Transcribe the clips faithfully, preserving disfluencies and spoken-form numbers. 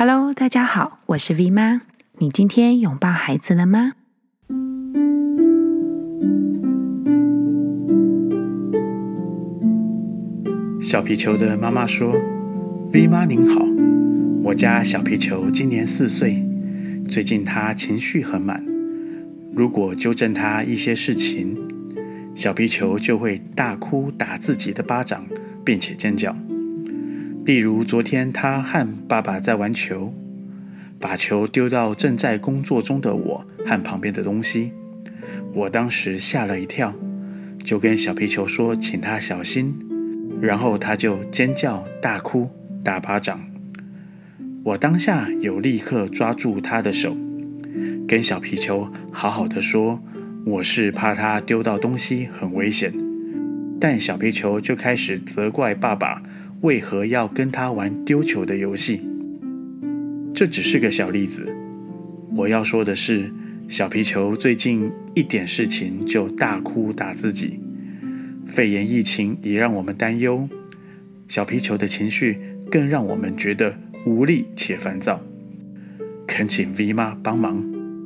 Hello， 大家好，我是 V 妈。你今天拥抱孩子了吗？ 小皮球的妈妈说 ：“V 妈您好，我家小皮球今年四岁，最近他情绪很满。如果纠正他一些事情，小皮球就会大哭打自己的巴掌，并且尖叫。例如昨天他和爸爸在玩球，把球丢到正在工作中的我和旁边的东西，我当时吓了一跳，就跟小皮球说请他小心，然后他就尖叫大哭打巴掌。我当下有立刻抓住他的手，跟小皮球好好的说，我是怕他丢到东西很危险，但小皮球就开始责怪爸爸为何要跟他玩丢球的游戏。这只是个小例子，我要说的是，小皮球最近一点事情就大哭打自己。肺炎疫情也让我们担忧，小皮球的情绪更让我们觉得无力且烦躁。恳请 V 妈帮忙。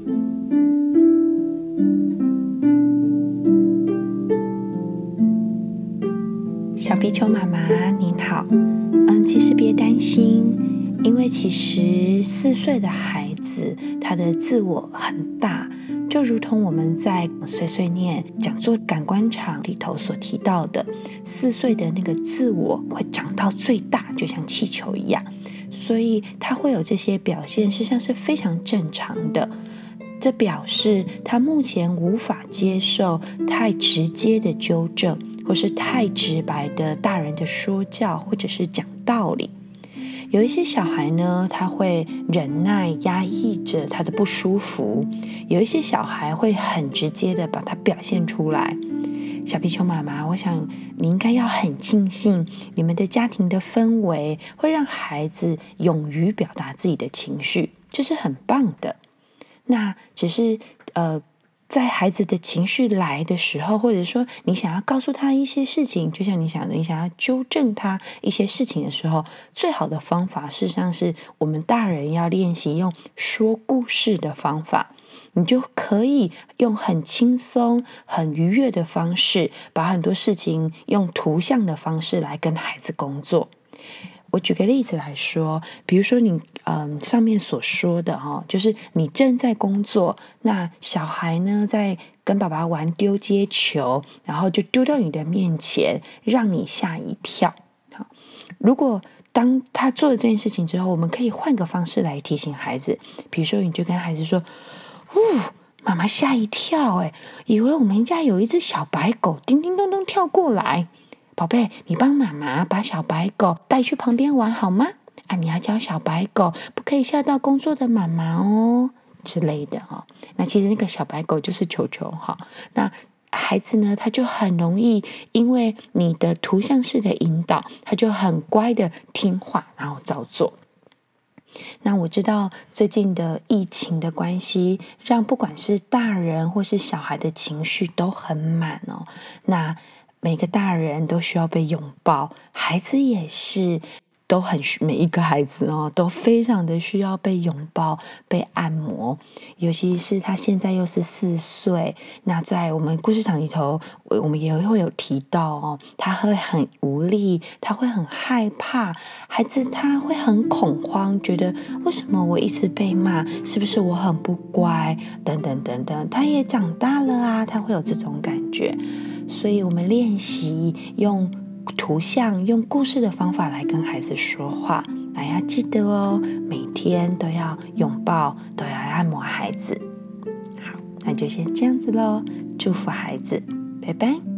小皮球妈妈您好，嗯，其实别担心，因为其实四岁的孩子他的自我很大，就如同我们在碎碎念讲座感官场里头所提到的，四岁的那个自我会长到最大，就像气球一样，所以他会有这些表现，实际上是非常正常的。这表示他目前无法接受太直接的纠正，或是太直白的大人的说教，或者是讲道理。有一些小孩呢，他会忍耐压抑着他的不舒服，有一些小孩会很直接的把它表现出来。小皮球妈妈，我想你应该要很庆幸你们的家庭的氛围会让孩子勇于表达自己的情绪，这是很棒的。那只是呃，在孩子的情绪来的时候，或者说你想要告诉他一些事情，就像你想的，你想要纠正他一些事情的时候，最好的方法事实上是我们大人要练习用说故事的方法，你就可以用很轻松、很愉悦的方式，把很多事情用图像的方式来跟孩子工作。我举个例子来说，比如说你嗯上面所说的哈、哦，就是你正在工作，那小孩呢在跟爸爸玩丢接球，然后就丢到你的面前，让你吓一跳。好，如果当他做了这件事情之后，我们可以换个方式来提醒孩子，比如说你就跟孩子说：“哦，妈妈吓一跳，哎，以为我们家有一只小白狗叮叮咚咚跳过来。”宝贝，你帮妈妈把小白狗带去旁边玩好吗？啊，你要教小白狗不可以吓到工作的妈妈哦之类的哦。那其实那个小白狗就是球球哈。那孩子呢，他就很容易因为你的图像式的引导，他就很乖的听话，然后照做。那我知道最近的疫情的关系，让不管是大人或是小孩的情绪都很满哦。那每个大人都需要被拥抱，孩子也是，都很每一个孩子哦，都非常的需要被拥抱、被按摩。尤其是他现在又是四岁，那在我们故事场里头，我们也会有提到哦，他会很无力，他会很害怕，孩子他会很恐慌，觉得为什么我一直被骂，是不是我很不乖，等等等等。他也长大了啊，他会有这种感觉。所以我们练习用图像、用故事的方法来跟孩子说话。那要记得哦，每天都要拥抱，都要按摩孩子。好，那就先这样子咯，祝福孩子，拜拜。